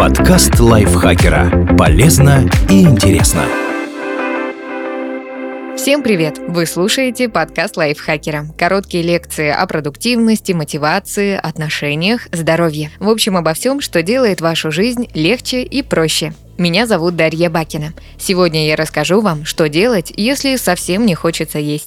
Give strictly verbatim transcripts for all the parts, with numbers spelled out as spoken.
Подкаст лайфхакера. Полезно и интересно. Всем привет! Вы слушаете подкаст лайфхакера. Короткие лекции о продуктивности, мотивации, отношениях, здоровье. В общем, обо всем, что делает вашу жизнь легче и проще. Меня зовут Дарья Бакина. Сегодня я расскажу вам, что делать, если совсем не хочется есть.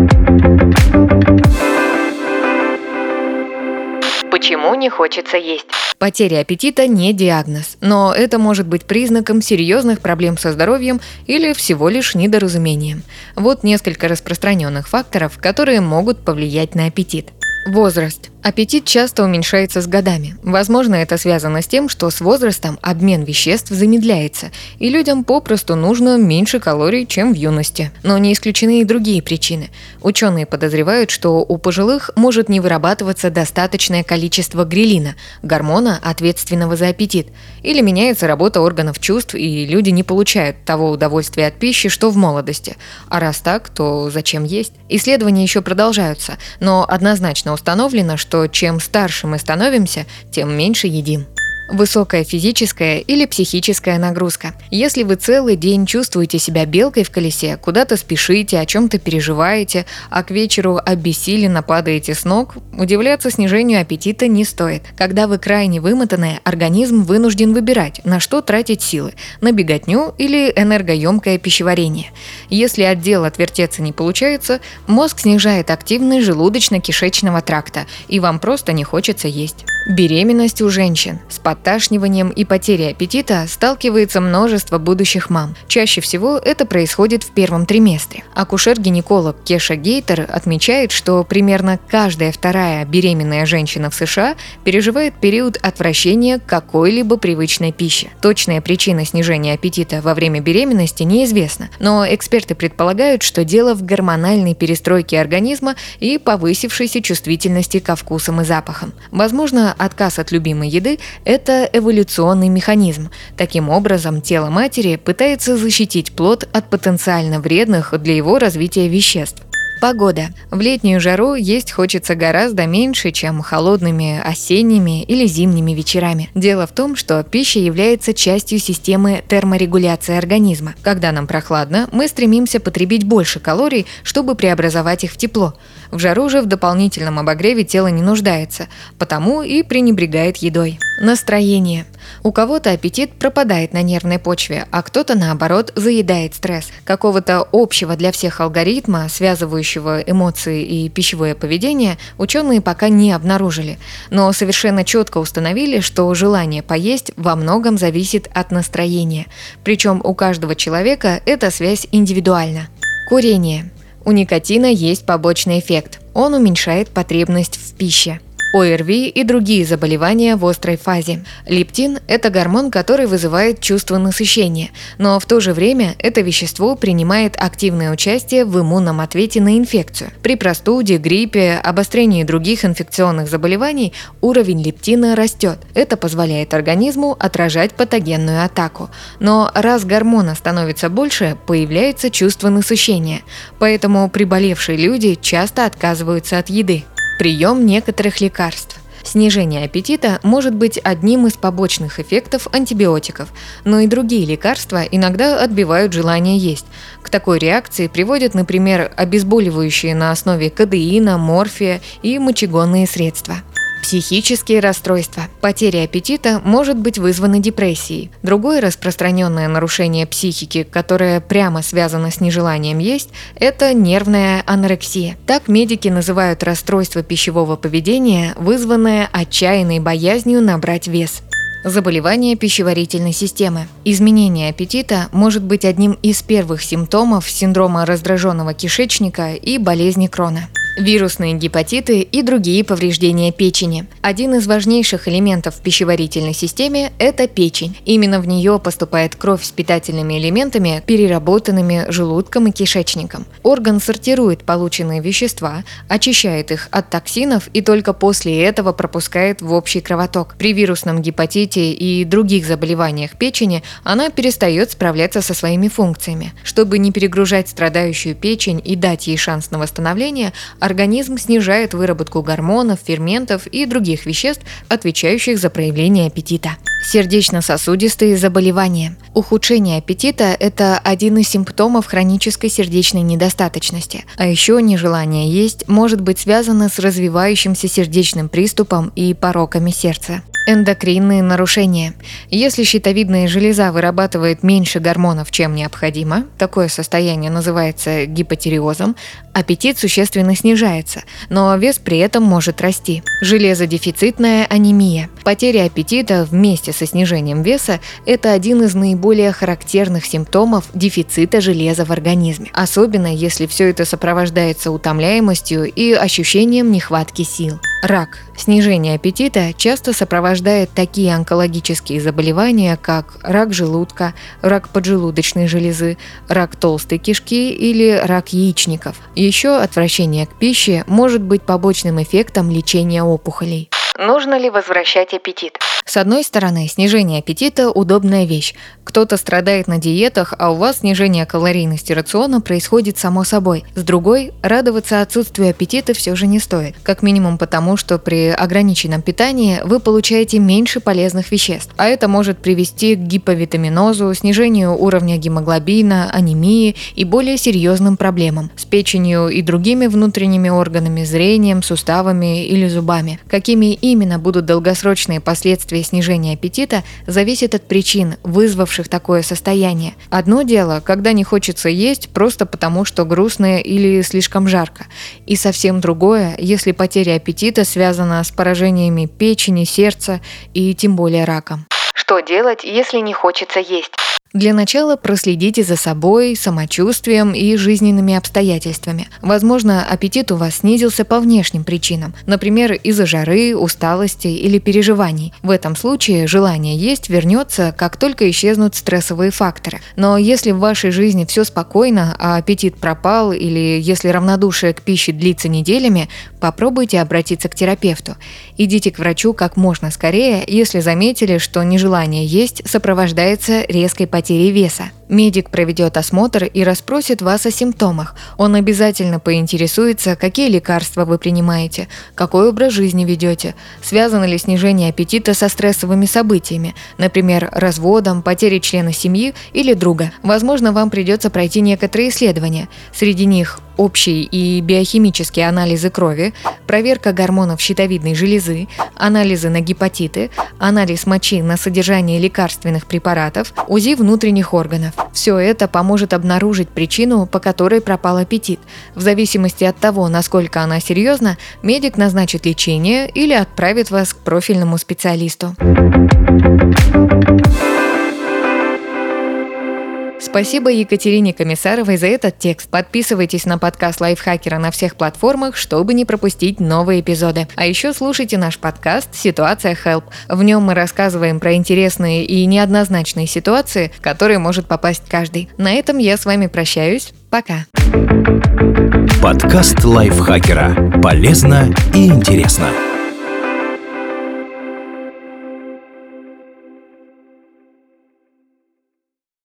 Почему не хочется есть? Потеря аппетита не диагноз, но это может быть признаком серьезных проблем со здоровьем или всего лишь недоразумением. Вот несколько распространенных факторов, которые могут повлиять на аппетит. Возраст. Аппетит часто уменьшается с годами. Возможно, это связано с тем, что с возрастом обмен веществ замедляется, и людям попросту нужно меньше калорий, чем в юности. Но не исключены и другие причины. Ученые подозревают, что у пожилых может не вырабатываться достаточное количество грелина, гормона, ответственного за аппетит, или меняется работа органов чувств, и люди не получают того удовольствия от пищи, что в молодости. А раз так, то зачем есть? Исследования еще продолжаются, но однозначно установлено, что что чем старше мы становимся, тем меньше едим. Высокая физическая или психическая нагрузка. Если вы целый день чувствуете себя белкой в колесе, куда-то спешите, о чем-то переживаете, а к вечеру обессиленно падаете с ног, удивляться снижению аппетита не стоит. Когда вы крайне вымотаны, организм вынужден выбирать, на что тратить силы – на беготню или энергоемкое пищеварение. Если от дел отвертеться не получается, мозг снижает активность желудочно-кишечного тракта, и вам просто не хочется есть. Беременность у женщин. С подташниванием и потерей аппетита сталкивается множество будущих мам. Чаще всего это происходит в первом триместре. Акушер-гинеколог Кеша Гейтер отмечает, что примерно каждая вторая беременная женщина в США переживает период отвращения к какой-либо привычной пище. Точная причина снижения аппетита во время беременности неизвестна, но эксперты предполагают, что дело в гормональной перестройке организма и повысившейся чувствительности ко вкусам и запахам. Возможно, отказ от любимой еды – это эволюционный механизм. Таким образом, тело матери пытается защитить плод от потенциально вредных для его развития веществ. Погода. В летнюю жару есть хочется гораздо меньше, чем холодными осенними или зимними вечерами. Дело в том, что пища является частью системы терморегуляции организма. Когда нам прохладно, мы стремимся потребить больше калорий, чтобы преобразовать их в тепло. В жару же в дополнительном обогреве тело не нуждается, потому и пренебрегает едой. Настроение. У кого-то аппетит пропадает на нервной почве, а кто-то, наоборот, заедает стресс. Какого-то общего для всех алгоритма, связывающего эмоции и пищевое поведение, ученые пока не обнаружили. Но совершенно четко установили, что желание поесть во многом зависит от настроения. Причем у каждого человека эта связь индивидуальна. Курение. У никотина есть побочный эффект. Он уменьшает потребность в пище. О Эр Ви и другие заболевания в острой фазе. Лептин – это гормон, который вызывает чувство насыщения, но в то же время это вещество принимает активное участие в иммунном ответе на инфекцию. При простуде, гриппе, обострении других инфекционных заболеваний уровень лептина растет. Это позволяет организму отражать патогенную атаку. Но раз гормона становится больше, появляется чувство насыщения. Поэтому приболевшие люди часто отказываются от еды. Прием некоторых лекарств. Снижение аппетита может быть одним из побочных эффектов антибиотиков, но и другие лекарства иногда отбивают желание есть. К такой реакции приводят, например, обезболивающие на основе кодеина, морфия и мочегонные средства. Психические расстройства. Потеря аппетита может быть вызвана депрессией. Другое распространенное нарушение психики, которое прямо связано с нежеланием есть, это нервная анорексия. Так медики называют расстройство пищевого поведения, вызванное отчаянной боязнью набрать вес. Заболевания пищеварительной системы. Изменение аппетита может быть одним из первых симптомов синдрома раздраженного кишечника и болезни Крона. Вирусные гепатиты и другие повреждения печени. Один из важнейших элементов в пищеварительной системе – это печень. Именно в нее поступает кровь с питательными элементами, переработанными желудком и кишечником. Орган сортирует полученные вещества, очищает их от токсинов и только после этого пропускает в общий кровоток. При вирусном гепатите и других заболеваниях печени она перестает справляться со своими функциями. Чтобы не перегружать страдающую печень и дать ей шанс на восстановление, организм снижает выработку гормонов, ферментов и других веществ, отвечающих за проявление аппетита. Сердечно-сосудистые заболевания. Ухудшение аппетита – это один из симптомов хронической сердечной недостаточности. А еще нежелание есть может быть связано с развивающимся сердечным приступом и пороками сердца. Эндокринные нарушения. Если щитовидная железа вырабатывает меньше гормонов, чем необходимо, такое состояние называется гипотиреозом, аппетит существенно снижается, но вес при этом может расти. Железодефицитная анемия. Потеря аппетита вместе со снижением веса – это один из наиболее характерных симптомов дефицита железа в организме, особенно если все это сопровождается утомляемостью и ощущением нехватки сил. Рак. Снижение аппетита часто сопровождает такие онкологические заболевания, как рак желудка, рак поджелудочной железы, рак толстой кишки или рак яичников. Еще отвращение к пище может быть побочным эффектом лечения опухолей. Нужно ли возвращать аппетит? С одной стороны, снижение аппетита – удобная вещь. Кто-то страдает на диетах, а у вас снижение калорийности рациона происходит само собой. С другой, радоваться отсутствию аппетита все же не стоит. Как минимум потому, что при ограниченном питании вы получаете меньше полезных веществ. А это может привести к гиповитаминозу, снижению уровня гемоглобина, анемии и более серьезным проблемам с печенью и другими внутренними органами, зрением, суставами или зубами. Какими именно будут долгосрочные последствия снижения аппетита, зависит от причин, вызвавших такое состояние. Одно дело, когда не хочется есть просто потому, что грустно или слишком жарко. И совсем другое, если потеря аппетита связана с поражениями печени, сердца и тем более раком. Что делать, если не хочется есть? Для начала проследите за собой, самочувствием и жизненными обстоятельствами. Возможно, аппетит у вас снизился по внешним причинам, например, из-за жары, усталости или переживаний. В этом случае желание есть вернется, как только исчезнут стрессовые факторы. Но если в вашей жизни все спокойно, а аппетит пропал, или если равнодушие к пище длится неделями, попробуйте обратиться к терапевту. Идите к врачу как можно скорее, если заметили, что нежелание есть сопровождается резкой потерей потери веса. Медик проведет осмотр и расспросит вас о симптомах. Он обязательно поинтересуется, какие лекарства вы принимаете, какой образ жизни ведете, связано ли снижение аппетита со стрессовыми событиями, например, разводом, потерей члена семьи или друга. Возможно, вам придется пройти некоторые исследования. Среди них общие и биохимические анализы крови, проверка гормонов щитовидной железы, анализы на гепатиты, анализ мочи на содержание лекарственных препаратов, УЗИ внутренних органов. Все это поможет обнаружить причину, по которой пропал аппетит. В зависимости от того, насколько она серьезна, медик назначит лечение или отправит вас к профильному специалисту. Спасибо Екатерине Комиссаровой за этот текст. Подписывайтесь на подкаст Лайфхакера на всех платформах, чтобы не пропустить новые эпизоды. А еще слушайте наш подкаст «Ситуация Help». В нем мы рассказываем про интересные и неоднозначные ситуации, в которые может попасть каждый. На этом я с вами прощаюсь. Пока. Подкаст Лайфхакера. Полезно и интересно.